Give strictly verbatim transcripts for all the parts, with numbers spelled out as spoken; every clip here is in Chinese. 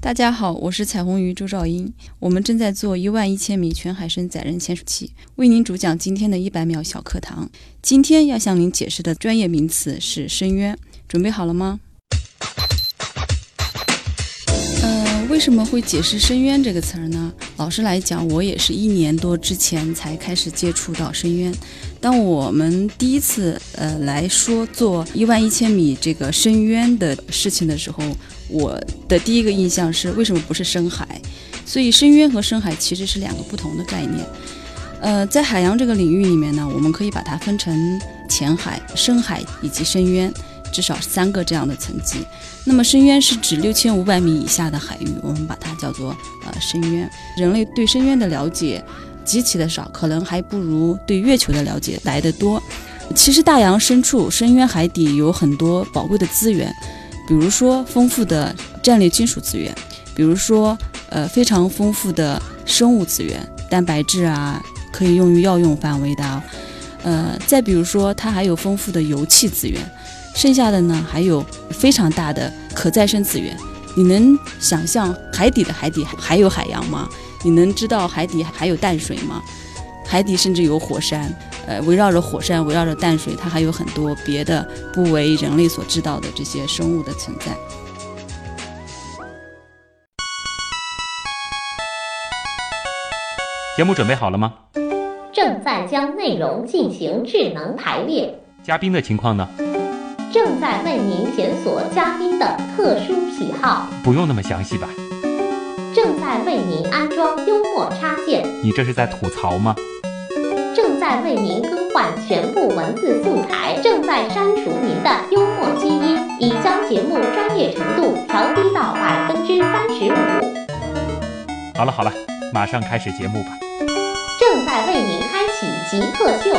大家好，我是彩虹鱼周兆英，我们正在做一万一千米全海深载人潜水器，为您主讲今天的一百秒小课堂。今天要向您解释的专业名词是深渊，准备好了吗？呃，为什么会解释深渊这个词儿呢？老实来讲，我也是一年多之前才开始接触到深渊。当我们第一次呃来说做一万一千米这个深渊的事情的时候，我的第一个印象是为什么不是深海？所以深渊和深海其实是两个不同的概念。呃，在海洋这个领域里面呢，我们可以把它分成浅海、深海以及深渊，至少三个这样的层级。那么深渊是指六千五百米以下的海域，我们把它叫做呃深渊。人类对深渊的了解极其的少，可能还不如对月球的了解来得多。其实大洋深处深渊海底有很多宝贵的资源，比如说丰富的战略金属资源，比如说呃非常丰富的生物资源，蛋白质啊，可以用于药用范围的啊，呃再比如说它还有丰富的油气资源，剩下的呢还有非常大的可再生资源。你能想象海底的海底还有海洋吗？你能知道海底还有淡水吗？海底甚至有火山，呃，围绕着火山，围绕着淡水，它还有很多别的不为人类所知道的这些生物的存在。 节目准备好了吗？ 正在将内容进行智能排列。 嘉宾的情况呢？ 正在为您检索嘉宾的特殊喜好。 不用那么详细吧？ 正在为您安装幽默插件。 你这是在吐槽吗？ 正在为您更换全部文字素材。正在删除您的幽默基因，已将节目专业程度调低到百分之三十五。 好了好了，马上开始节目吧。 正在为您开启极客秀。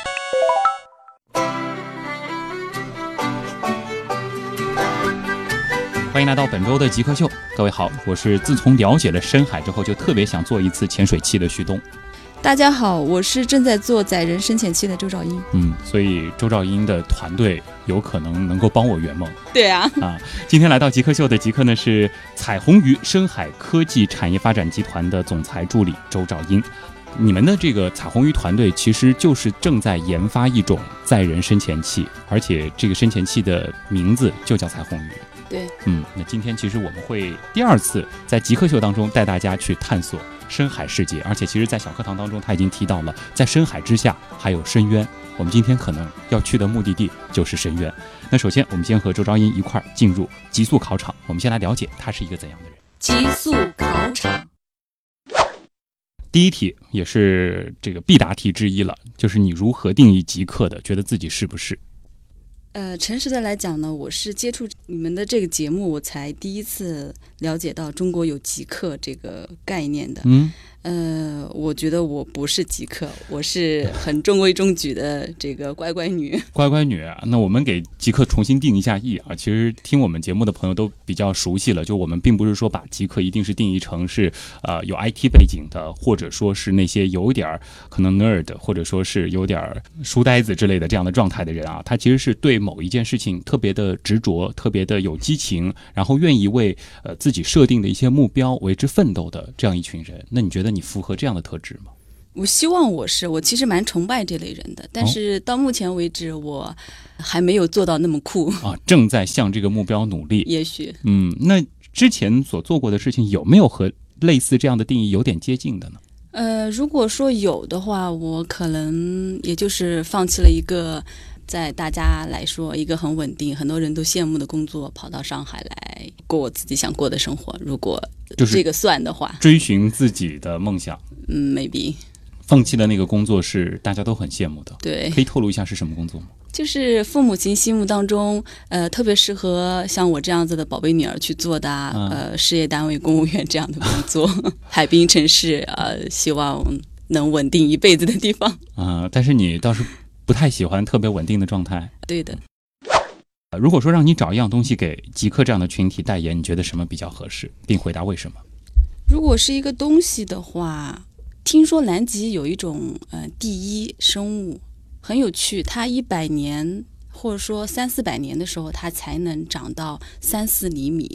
欢迎来到本周的极客秀，各位好，我是自从了解了深海之后就特别想做一次潜水器的旭东。 大家好，我是正在做载人深潜器的周兆英。 嗯，所以周兆英的团队有可能能够帮我圆梦。 对啊， 啊，今天来到极客秀的极客呢是彩虹鱼深海科技产业发展集团的总裁助理周兆英。你们的这个彩虹鱼团队其实就是正在研发一种载人深潜器，而且这个深潜器的名字就叫彩虹鱼。 对， 嗯，那今天其实我们会第二次在极客秀当中带大家去探索深海世界，而且其实在小课堂当中他已经提到了在深海之下还有深渊，我们今天可能要去的目的地就是深渊。那首先我们先和周兆英一块儿进入极速考场，我们先来了解他是一个怎样的人。 极速考场第一题也是这个必答题之一了，就是你如何定义极客的，觉得自己是不是？ 呃，诚实的来讲呢，我是接触你们的这个节目，我才第一次了解到中国有极客这个概念的。 嗯， 呃，我觉得我不是极客，我是很中规中矩的这个乖乖女。 乖乖女，那我们给极客重新定一下义啊。其实听我们节目的朋友都比较熟悉了，就我们并不是说把极客一定是定义成是呃有 I T 背景的，或者说是那些有点可能 nerd， 或者说是有点书呆子之类的这样的状态的人啊。他其实是对某一件事情特别的执着，特别的有激情，然后愿意为呃自己设定的一些目标为之奋斗的这样一群人。那你觉得你符合这样的特质吗？ 我希望我是，我其实蛮崇拜这类人的，但是到目前为止我还没有做到那么酷啊，正在向这个目标努力。 也许， 嗯，那之前所做过的事情有没有和类似这样的定义有点接近的呢？ 呃，如果说有的话，我可能也就是放弃了一个在大家来说一个很稳定很多人都羡慕的工作，跑到上海来过我自己想过的生活，如果这个算的话， 就是追寻自己的梦想。 嗯 maybe 放弃的那个工作是大家都很羡慕的。 对， 可以透露一下是什么工作吗？ 就是父母亲心目当中呃特别适合像我这样子的宝贝女儿去做的、啊、呃事业单位公务员这样的工作海滨城市呃希望能稳定一辈子的地方啊、呃，但是你倒是不太喜欢特别稳定的状态。 对的。 如果说让你找一样东西给极客这样的群体代言，你觉得什么比较合适，并回答为什么？ 如果是一个东西的话，听说南极有一种呃第一生物很有趣，它一百年或者说三四百年的时候，它才能长到三四厘米，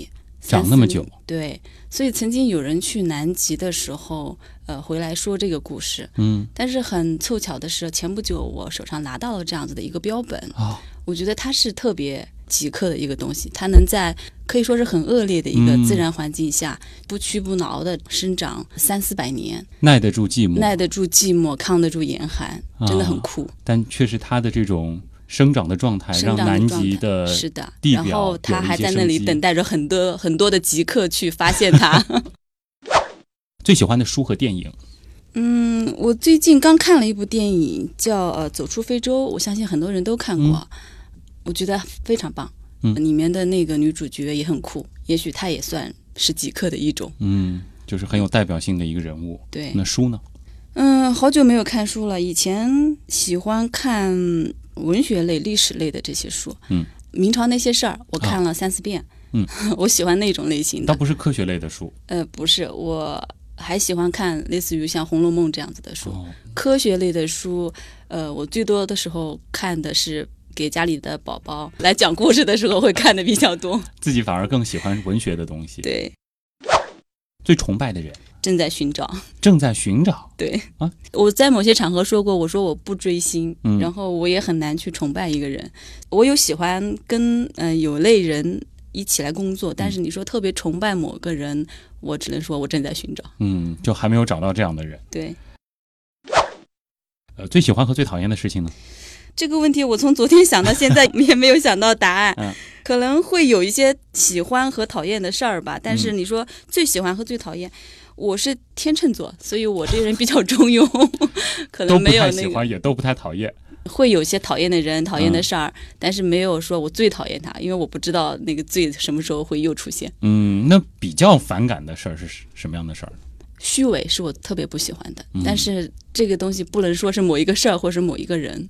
长那么久。 对，所以曾经有人去南极的时候，呃，回来说这个故事。 嗯， 但是很凑巧的是，前不久我手上拿到了这样子的一个标本。 哦， 我觉得它是特别极客的一个东西，它能在可以说是很恶劣的一个自然环境下，嗯、不屈不挠的生长三四百年， 耐得住寂寞， 耐得住寂寞，抗得住严寒，真的很酷。 啊、但确实它的这种生长的状态让南极的是的地表， 然后它还在那里等待着很多很多的极客去发现它。 最喜欢的书和电影？ 嗯，我最近刚看了一部电影叫呃《走出非洲》，我相信很多人都看过，嗯、我觉得非常棒。嗯，里面的那个女主角也很酷，也许她也算是极客的一种。 嗯，就是很有代表性的一个人物。 对， 那书呢？ 嗯，好久没有看书了。以前喜欢看文学类、历史类的这些书。嗯，明朝那些事儿我看了三四遍。啊、嗯，我喜欢那种类型的。 倒不是科学类的书。 呃，不是，我还喜欢看类似于像《红楼梦》这样子的书。哦、科学类的书，呃，我最多的时候看的是给家里的宝宝来讲故事的时候会看的比较多。 自己反而更喜欢文学的东西。 对。 最崇拜的人？ 正在寻找。 正在寻找。 对啊，我在某些场合说过，我说我不追星，嗯、然后我也很难去崇拜一个人。我有喜欢跟嗯、呃、有类人一起来工作，但是你说特别崇拜某个人，我只能说我正在寻找。 嗯，就还没有找到这样的人。 对。 呃，最喜欢和最讨厌的事情呢？ 这个问题我从昨天想到现在也没有想到答案。嗯，可能会有一些喜欢和讨厌的事儿吧，但是你说最喜欢和最讨厌，我是天秤座，所以我这个人比较中庸，可能没有那个都不太喜欢，也都不太讨厌。 会有些讨厌的人、讨厌的事儿，嗯、但是没有说我最讨厌他，因为我不知道那个最什么时候会又出现。 嗯，那比较反感的事儿是什么样的事儿？ 虚伪是我特别不喜欢的，嗯、但是这个东西不能说是某一个事儿或是某一个人。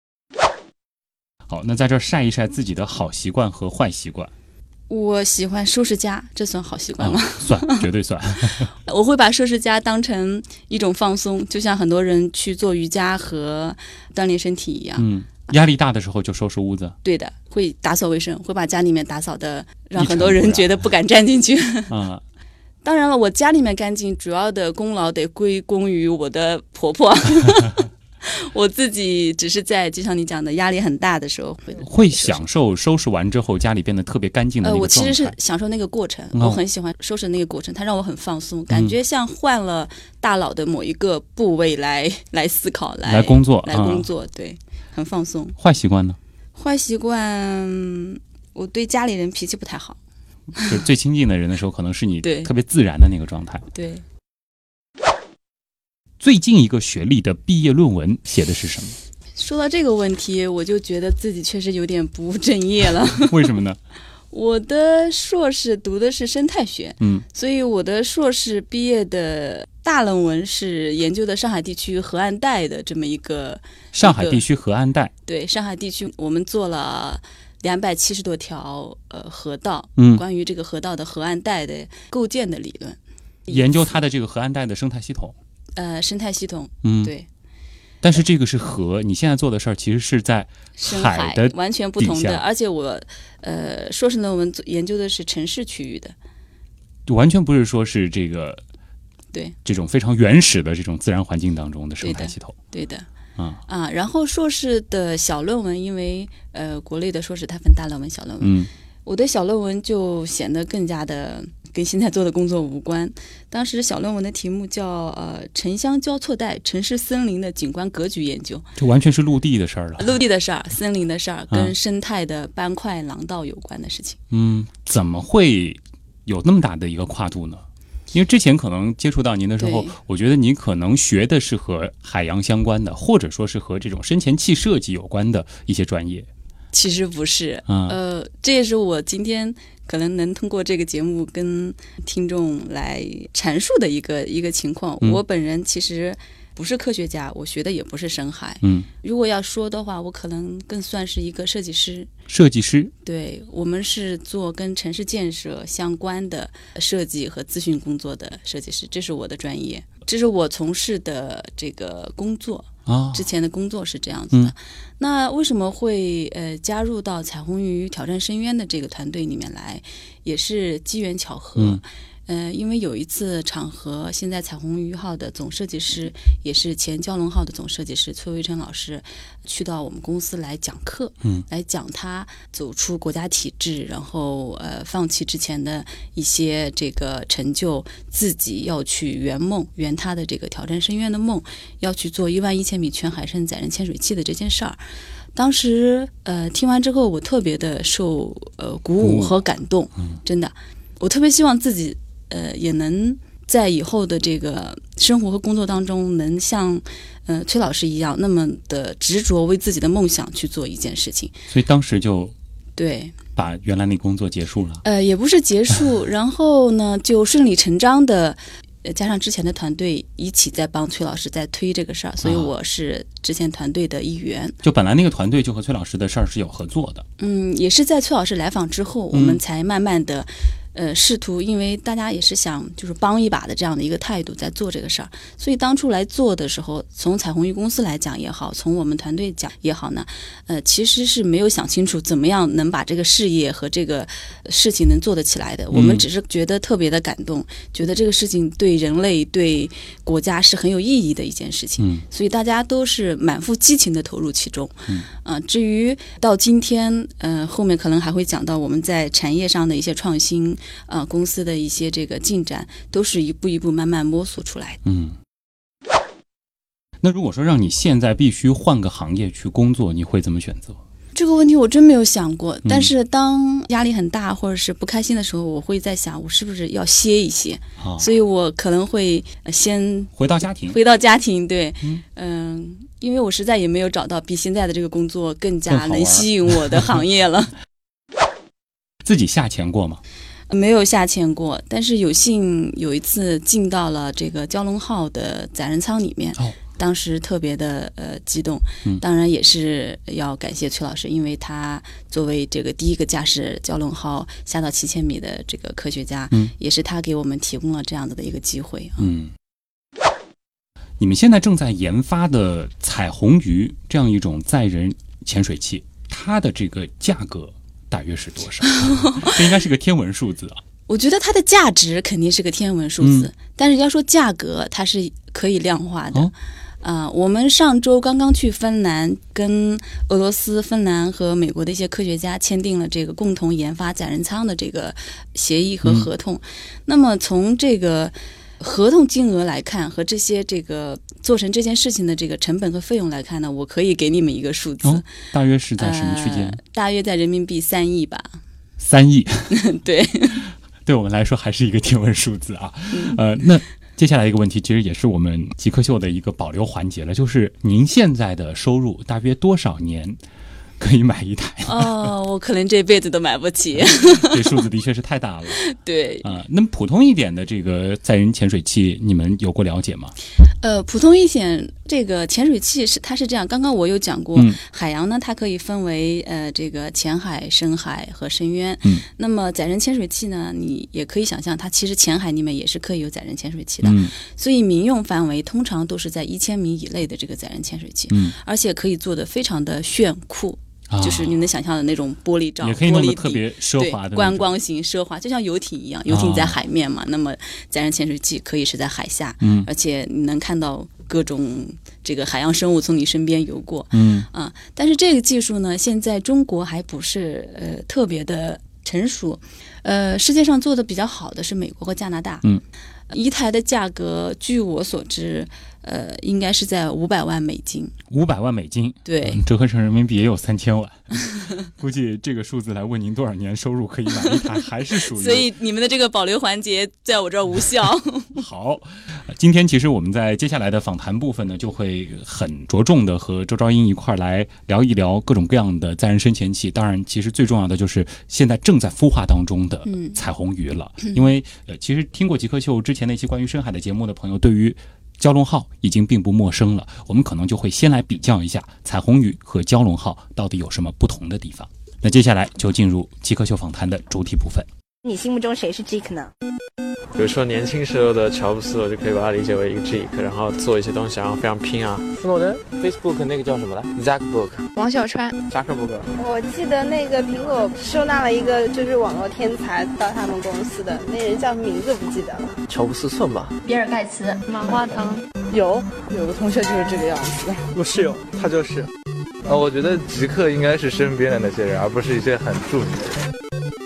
好，那在这儿晒一晒自己的好习惯和坏习惯。 我喜欢收拾家，这算好习惯吗？ 嗯、算，绝对算。 我会把收拾家当成一种放松，就像很多人去做瑜伽和锻炼身体一样。 嗯，压力大的时候就收拾屋子。 对的，会打扫卫生，会把家里面打扫的让很多人觉得不敢站进去。啊、嗯，当然了，我家里面干净，主要的功劳得归功于我的婆婆。我自己只是在就像你讲的压力很大的时候会会享受收拾完之后家里变得特别干净的那个状态。 呃，我其实是享受那个过程，哦、我很喜欢收拾那个过程，它让我很放松，感觉像换了大脑的某一个部位来来思考，来来工作， 来工作，嗯、对，很放松。 坏习惯呢？ 坏习惯，我对家里人脾气不太好。 就最亲近的人的时候，可能是你特别自然的那个状态。 对。 最近一个学历的毕业论文写的是什么？ 说到这个问题，我就觉得自己确实有点不务正业了。 为什么呢？ 我的硕士读的是生态学，嗯，所以我的硕士毕业的大论文是研究的上海地区河岸带的这么一个。 上海地区河岸带。 对，上海地区我们做了两百七十多条呃河道， 嗯， 关于这个河道的河岸带的构建的理论， 研究它的这个河岸带的生态系统。 呃，生态系统， 嗯， 对。 但是这个是河，你现在做的事儿其实是在海的完全不同的，而且我呃硕士论文研究的是城市区域的， 就完全不是说是这个对这种非常原始的这种自然环境当中的生态系统， 对的， 对的啊啊。然后硕士的小论文，因为呃国内的硕士它分大论文、小论文，嗯，我的小论文就显得更加的。跟现在做的工作无关。当时小论文的题目叫呃城乡交错带城市森林的景观格局研究， 这完全是陆地的事儿了。 陆地的事儿，森林的事儿，跟生态的斑块廊道有关的事情。 嗯，怎么会有那么大的一个跨度呢？因为之前可能接触到您的时候，我觉得您可能学的是和海洋相关的，或者说是和这种深潜器设计有关的一些专业。 其实不是， 嗯、 呃，这也是我今天可能能通过这个节目跟听众来阐述的一个一个情况。嗯、我本人其实不是科学家，我学的也不是深海。 嗯， 如果要说的话，我可能更算是一个设计师。 设计师， 对，我们是做跟城市建设相关的设计和咨询工作的设计师，这是我的专业，这是我从事的这个工作。 哦， 之前的工作是这样子的。 嗯、 那为什么会呃加入到彩虹鱼挑战深渊的这个团队里面来，也是机缘巧合。 嗯呃，因为有一次场合，现在彩虹鱼号的总设计师，也是前蛟龙号的总设计师崔维成老师，去到我们公司来讲课， 嗯， 来讲他走出国家体制，然后呃放弃之前的一些这个成就，自己要去圆梦，圆他的这个挑战深渊的梦，要去做一万一千米全海深载人潜水器的这件事儿。当时呃听完之后，我特别的受呃鼓舞和感动， 嗯， 真的，我特别希望自己。呃，也能在以后的这个生活和工作当中，能像呃崔老师一样，那么的执着为自己的梦想去做一件事情。 所以当时就对把原来那工作结束了。 呃，也不是结束，然后呢，就顺理成章的，呃，加上之前的团队一起在帮崔老师在推这个事儿，所以我是之前团队的一员。 就本来那个团队就和崔老师的事儿是有合作的。 嗯，也是在崔老师来访之后，我们才慢慢的。呃，试图，因为大家也是想就是帮一把的这样的一个态度在做这个事儿，所以当初来做的时候，从彩虹鱼公司来讲也好，从我们团队讲也好呢，呃，其实是没有想清楚怎么样能把这个事业和这个事情能做得起来的。我们只是觉得特别的感动，嗯、觉得这个事情对人类、对国家是很有意义的一件事情， 嗯、 所以大家都是满腹激情的投入其中。 嗯， 啊、呃，至于到今天，呃，后面可能还会讲到我们在产业上的一些创新。呃，公司的一些这个进展都是一步一步慢慢摸索出来的。 嗯，那如果说让你现在必须换个行业去工作，你会怎么选择？ 这个问题我真没有想过，但是当压力很大或者是不开心的时候，我会在想，我是不是要歇一歇？ 哦、 所以我可能会先回到家庭， 回到家庭，对， 嗯、 呃，因为我实在也没有找到比现在的这个工作更加能吸引我的行业了。 自己下潜过吗？ 没有下潜过，但是有幸有一次进到了这个蛟龙号的载人舱里面， 哦、 当时特别的呃激动、 嗯， 当然也是要感谢崔老师，因为他作为这个第一个驾驶蛟龙号下到七千米的这个科学家、 嗯， 也是他给我们提供了这样子的一个机会。 嗯，你们现在正在研发的彩虹鱼这样一种载人潜水器，它的这个价格大约是多少？这应该是个天文数字啊。 我觉得它的价值肯定是个天文数字、嗯、但是要说价格它是可以量化的、哦呃、我们上周刚刚去芬兰，跟俄罗斯、芬兰和美国的一些科学家签订了这个共同研发载人舱的这个协议和合同、嗯、那么从这个合同金额来看，和这些这个做成这件事情的这个成本和费用来看呢，我可以给你们一个数字、哦、 大约是在什么区间、呃、 大约在人民币三亿吧。 三亿对， 对我们来说还是一个天文数字啊、 嗯、 呃，那接下来一个问题其实也是我们极客秀的一个保留环节了，就是您现在的收入大约多少年可以买一台？ 哦，我可能这辈子都买不起。 这数字的确是太大了。 对啊、呃，那么普通一点的这个载人潜水器，你们有过了解吗？ 呃，普通一点这个潜水器是它是这样，刚刚我有讲过、嗯，海洋呢它可以分为呃这个浅海、深海和深渊。 嗯， 那么载人潜水器呢，你也可以想象，它其实浅海里面也是可以有载人潜水器的。 嗯， 所以民用范围通常都是在一千米以内的这个载人潜水器。 嗯， 而且可以做的非常的炫酷。就是你能想象的那种玻璃罩， 也可以弄得特别奢华的观光型奢华，就像游艇一样，游艇在海面嘛，哦、那么载人潜水器可以是在海下， 嗯， 而且你能看到各种这个海洋生物从你身边游过， 嗯啊，但是这个技术呢，现在中国还不是呃特别的成熟，呃，世界上做的比较好的是美国和加拿大， 嗯， 一台的价格，据我所知。呃，应该是在五百万美金。 五百万美金， 对， 嗯、折合成人民币也有三千万。估计这个数字来问您多少年收入可以买一台，还是属于。 所以你们的这个保留环节在我这儿无效。 好，今天其实我们在接下来的访谈部分呢，就会很着重的和周昭英一块来聊一聊各种各样的载人深潜器。当然，其实最重要的就是现在正在孵化当中的彩虹鱼了。 嗯、 因为呃，其实听过极客秀之前那期关于深海的节目的朋友，对于蛟龙号已经并不陌生了，我们可能就会先来比较一下彩虹鱼和蛟龙号到底有什么不同的地方。那接下来就进入极客秀访谈的主体部分。 你心目中谁是 Geek 呢？ 比如说年轻时候的乔布斯，我就可以把它理解为一个 Geek， 然后做一些东西，然后非常拼啊。 斯诺登 ，Facebook 那个叫什么来 ？Zuckerberg， 王小川， 扎克伯格。 我记得那个苹果收纳了一个就是网络天才到他们公司的那人叫名字不记得了。 乔布斯算吧。 比尔盖茨，马化腾。 有有个同学就是这个样子。 我室友他就是。 呃，我觉得极客应该是身边的那些人，而不是一些很著名的人。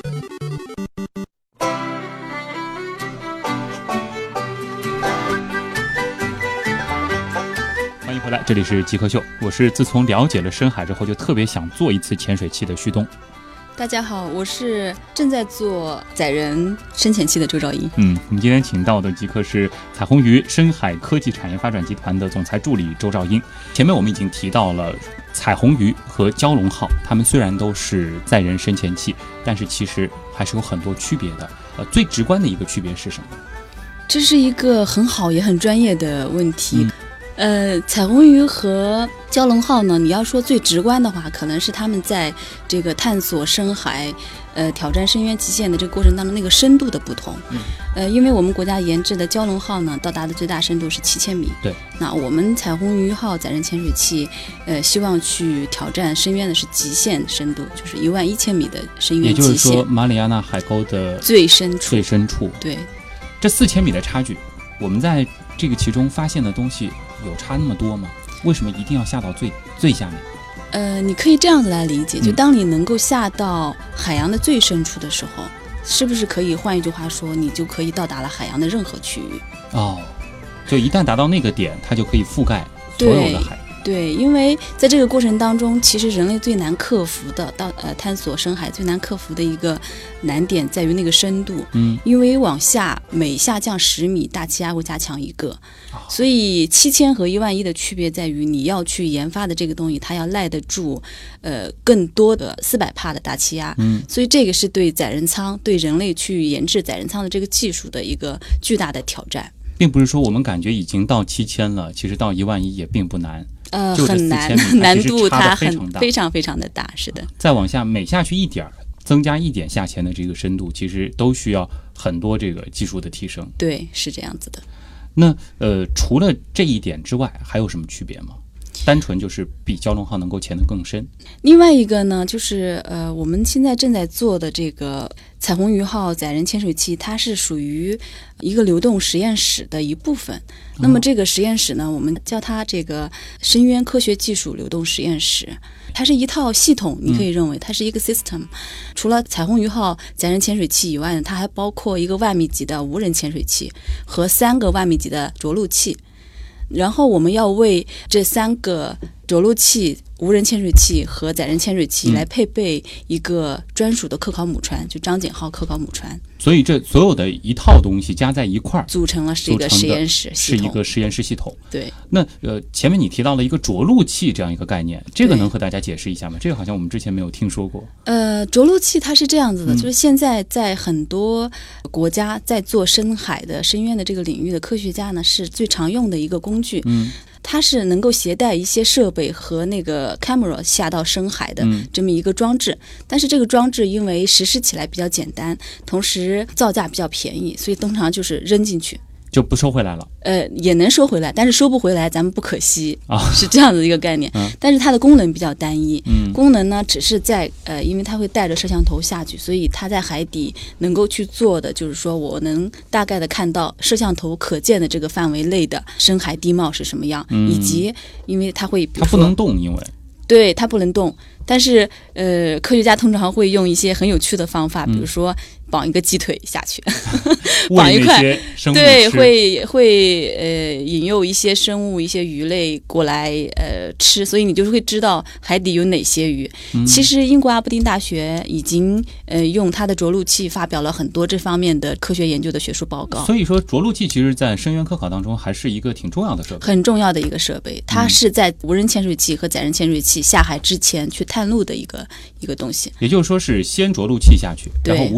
这里是极客秀，我是自从了解了深海之后就特别想做一次潜水器的旭东。 大家好，我是正在做载人深潜器的周兆英。 嗯，我们今天请到的极客是彩虹鱼深海科技产业发展集团的总裁助理周兆英。前面我们已经提到了彩虹鱼和蛟龙号，它们虽然都是载人深潜器，但是其实还是有很多区别的。呃，最直观的一个区别是什么？ 这是一个很好也很专业的问题。 嗯呃，彩虹鱼和蛟龙号呢，你要说最直观的话，可能是他们在这个探索深海、呃挑战深渊极限的这个过程当中那个深度的不同。 嗯、 呃，因为我们国家研制的蛟龙号呢，到达的最大深度是七千米。 对。 那我们彩虹鱼号载人潜水器，呃，希望去挑战深渊的是极限深度，就是一万一千米的深渊极限。 也就是说，马里亚纳海沟的最深处。 最深处。 对。 这四千米的差距，我们在这个其中发现的东西有差那么多吗？为什么一定要下到最最下面？ 呃，你可以这样子来理解，就当你能够下到海洋的最深处的时候，嗯、是不是可以换一句话说，你就可以到达了海洋的任何区域？ 哦，就一旦达到那个点，它就可以覆盖所有的海。 对，因为在这个过程当中，其实人类最难克服的，到呃探索深海最难克服的一个难点在于那个深度。 嗯， 因为往下每下降十米，大气压会加强一个，哦、所以七千和一万一的区别在于，你要去研发的这个东西，它要耐得住呃更多的四百帕的大气压。 嗯， 所以这个是对载人舱、对人类去研制载人舱的这个技术的一个巨大的挑战。 并不是说我们感觉已经到七千了，其实到一万一也并不难。 呃，很难，难度它很非常非常的大，是的。 再往下，每下去一点，增加一点下潜的这个深度，其实都需要很多这个技术的提升。 对，是这样子的。 那呃，除了这一点之外，还有什么区别吗？单纯就是比蛟龙号能够潜得更深。 另外一个呢，就是呃，我们现在正在做的这个彩虹鱼号载人潜水器，它是属于一个流动实验室的一部分。那么这个实验室呢，我们叫它这个深渊科学技术流动实验室。它是一套系统，你可以认为它是一个 system。除了彩虹鱼号载人潜水器以外呢，它还包括一个万米级的无人潜水器和三个万米级的着陆器。然后我们要为这三个着陆器、无人潜水器和载人潜水器来配备一个专属的科考母船，就张謇号科考母船。 所以这所有的一套东西加在一块儿， 组成了是一个实验室系统， 是一个实验室系统。 对。 那呃，前面你提到了一个着陆器这样一个概念，这个能和大家解释一下吗？这个好像我们之前没有听说过。 呃，着陆器它是这样子的，嗯、就是现在在很多国家在做深海的深渊的这个领域的科学家呢，是最常用的一个工具。 嗯。 它是能够携带一些设备和那个 camera 下到深海的这么一个装置，嗯、但是这个装置因为实施起来比较简单，同时造价比较便宜，所以通常就是扔进去就不收回来了。 呃，也能收回来，但是收不回来咱们不可惜啊， 是这样的一个概念。 嗯、 但是它的功能比较单一， 嗯、 功能呢只是在呃，因为它会带着摄像头下去，所以它在海底能够去做的就是说我能大概的看到摄像头可见的这个范围内的深海地貌是什么样， 嗯、 以及因为它会比如说它不能动，因为对它不能动，但是呃，科学家通常会用一些很有趣的方法，比如说绑一个鸡腿下去，绑一块，对，会会呃引诱一些生物、一些鱼类过来呃吃，所以你就会知道海底有哪些鱼。 嗯、 其实英国阿伯丁大学已经呃用它的着陆器发表了很多这方面的科学研究的学术报告。 所以说，着陆器其实在深渊科考当中还是一个挺重要的设备， 很重要的一个设备。它是在无人潜水器和载人潜水器下海之前去探路的一个一个东西。 也就是说，是先着陆器下去，然后无人的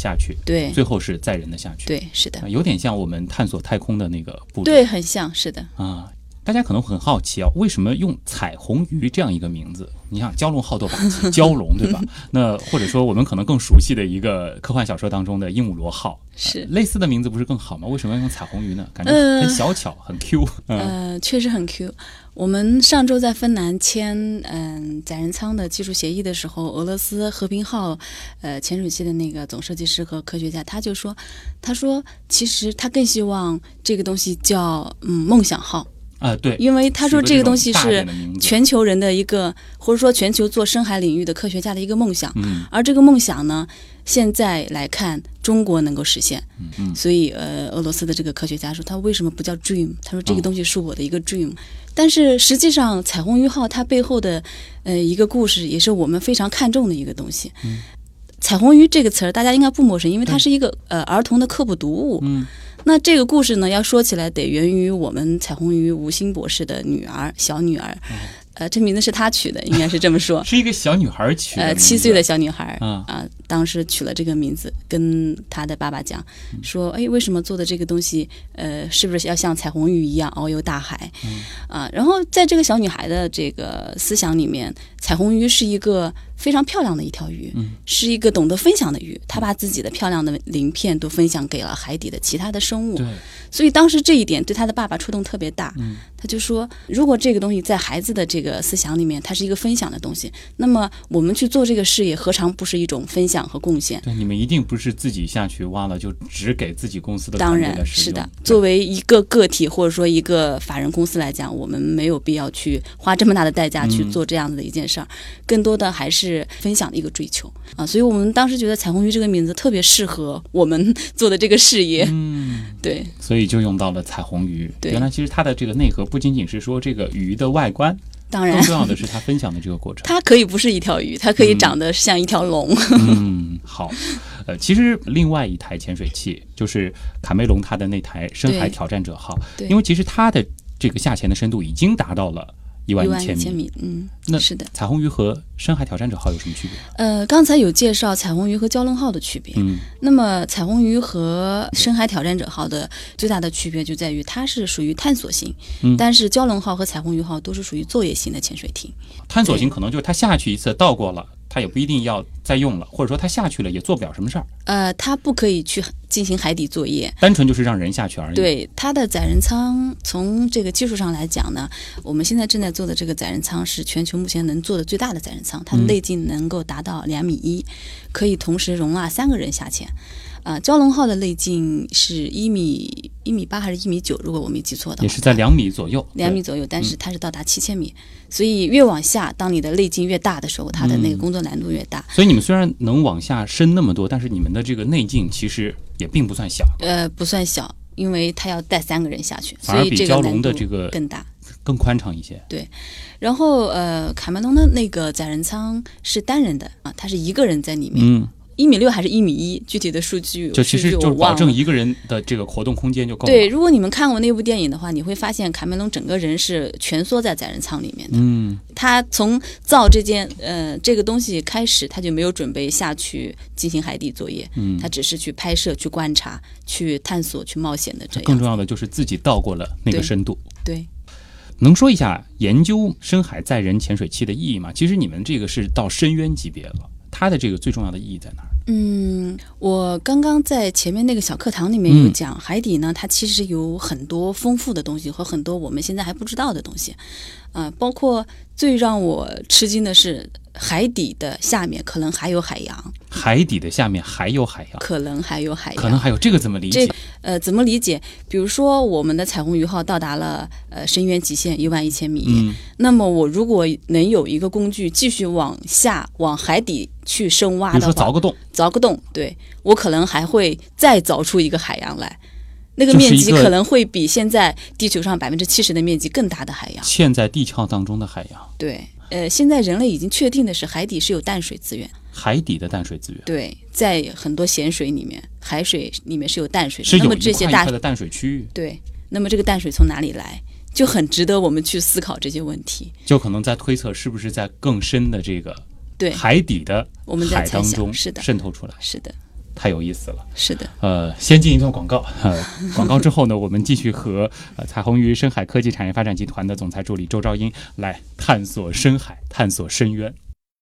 下去， 对， 最后是载人的下去， 对，是的， 呃、有点像我们探索太空的那个步骤， 对，很像，是的啊。大家可能很好奇啊，为什么用彩虹鱼这样一个名字？你想蛟龙好斗把鸡，蛟龙对吧？那或者说我们可能更熟悉的一个科幻小说当中的鹦鹉螺号， 是、 呃、类似的名字不是更好吗？为什么要用彩虹鱼呢？感觉很小巧，呃、很 Q。 呃，确实很 Q。我们上周在芬兰签嗯、呃、载人舱的技术协议的时候，俄罗斯和平号呃潜水器的那个总设计师和科学家他就说，他说其实他更希望这个东西叫嗯梦想号。 啊，对， 因为他说这个东西是全球人的一个，或者说全球做深海领域的科学家的一个梦想， 嗯， 而这个梦想呢，现在来看中国能够实现， 嗯嗯， 所以呃，俄罗斯的这个科学家说，他为什么不叫 dream？ 他说这个东西是我的一个 dream，、哦、但是实际上彩虹鱼号它背后的呃一个故事，也是我们非常看重的一个东西。 嗯， 彩虹鱼这个词儿大家应该不陌生，因为它是一个呃儿童的科普读物。 嗯。 那这个故事呢，要说起来得源于我们彩虹鱼吴昕博士的女儿，小女儿，嗯、呃，这名字是她取的，应该是这么说， 是一个小女孩取的， 呃，七岁的小女孩啊、 呃，当时取了这个名字，跟她的爸爸讲，说，哎，为什么做的这个东西，呃，是不是要像彩虹鱼一样遨游大海？ 嗯、 啊，然后在这个小女孩的这个思想里面，彩虹鱼是一个非常漂亮的一条鱼， 嗯、 是一个懂得分享的鱼，她把自己的漂亮的鳞片都分享给了海底的其他的生物。 对， 所以当时这一点对他的爸爸触动特别大， 嗯， 他就说，如果这个东西在孩子的这个思想里面，它是一个分享的东西，那么我们去做这个事业，何尝不是一种分享和贡献？ 对，你们一定不是自己下去挖了就只给自己公司的当然是的。作为一个个体或者说一个法人公司来讲，我们没有必要去花这么大的代价去做这样子的一件事儿，嗯、更多的还是分享的一个追求啊。所以我们当时觉得彩虹鱼这个名字特别适合我们做的这个事业， 嗯， 对， 所以就用到了彩虹鱼。 对， 原来其实它的这个内核不仅仅是说这个鱼的外观， 当然更重要的是它分享的这个过程。 它可以不是一条鱼，它可以长得像一条龙。 嗯，好。呃，其实另外一台潜水器就是卡梅隆他的那台深海挑战者号，因为其实它的这个下潜的深度已经达到了一万一千米。 嗯， 那是的。 彩虹鱼和深海挑战者号有什么区别？ 呃，刚才有介绍彩虹鱼和蛟龙号的区别。 嗯， 那么彩虹鱼和深海挑战者号的最大的区别就在于它是属于探索型， 嗯， 但是蛟龙号和彩虹鱼号都是属于作业型的潜水艇。 探索型可能就是它下去一次到过了，它也不一定要再用了，或者说它下去了也做不了什么事儿。 呃，它不可以去进行海底作业， 单纯就是让人下去而已。 对，它的载人舱从这个技术上来讲呢，我们现在正在做的这个载人舱是全球目前能做的最大的载人舱，它的内径能够达到两米一，可以同时容纳三个人下潜。啊、呃，蛟龙号的内径是一米一米八还是一米九？如果我没记错的话， 也是在两米左右， 两米左右，但是它是到达七千米、嗯，所以越往下，当你的内径越大的时候，它的那个工作难度越大。 嗯、所以你们虽然能往下深那么多，但是你们的这个内径其实也并不算小。 呃，不算小，因为它要带三个人下去， 反而比蛟龙的这个更大。 更宽敞一些。 对，然后呃，卡梅隆的那个载人舱是单人的啊，他是一个人在里面。 嗯。 一米六还是一米一？具体的数据就其实就是保证一个人的这个活动空间就够了。 对，如果你们看过那部电影的话，你会发现卡梅隆整个人是蜷缩在载人舱里面的。 嗯， 他从造这件呃这个东西开始，他就没有准备下去进行海底作业。嗯，他只是去拍摄、去观察、去探索、去冒险的这样。 更重要的就是自己到过了那个深度。 对。对， 能说一下研究深海载人潜水器的意义吗？其实你们这个是到深渊级别了。它的这个最重要的意义在哪儿？ 嗯，我刚刚在前面那个小课堂里面有讲，嗯、海底呢，它其实有很多丰富的东西和很多我们现在还不知道的东西，啊、呃，包括最让我吃惊的是，海底的下面可能还有海洋。 海底的下面还有海洋， 可能还有海洋， 可能还有这个怎么理解？ 这呃，怎么理解？比如说，我们的彩虹鱼号到达了呃深渊极限一万一千米， 嗯， 那么我如果能有一个工具继续往下往海底去深挖的话， 比如说凿个洞， 凿个洞，对，我可能还会再凿出一个海洋来。那个面积可能会比现在地球上百分之七十的面积更大的海洋， 嵌在地壳当中的海洋。 对，呃，现在人类已经确定的是海底是有淡水资源， 海底的淡水资源。 对，在很多咸水里面，海水里面是有淡水的， 是有那么这些大的淡水区域。 对，那么这个淡水从哪里来，就很值得我们去思考这些问题。 就可能在推测是不是在更深的这个对海底的我们在海当中是的渗透出来。 是的。 太有意思了。 是的， 呃，先进一段广告，呃，广告之后呢，我们继续和呃彩虹鱼深海科技产业发展集团的总裁助理周兆英来探索深海，探索深渊。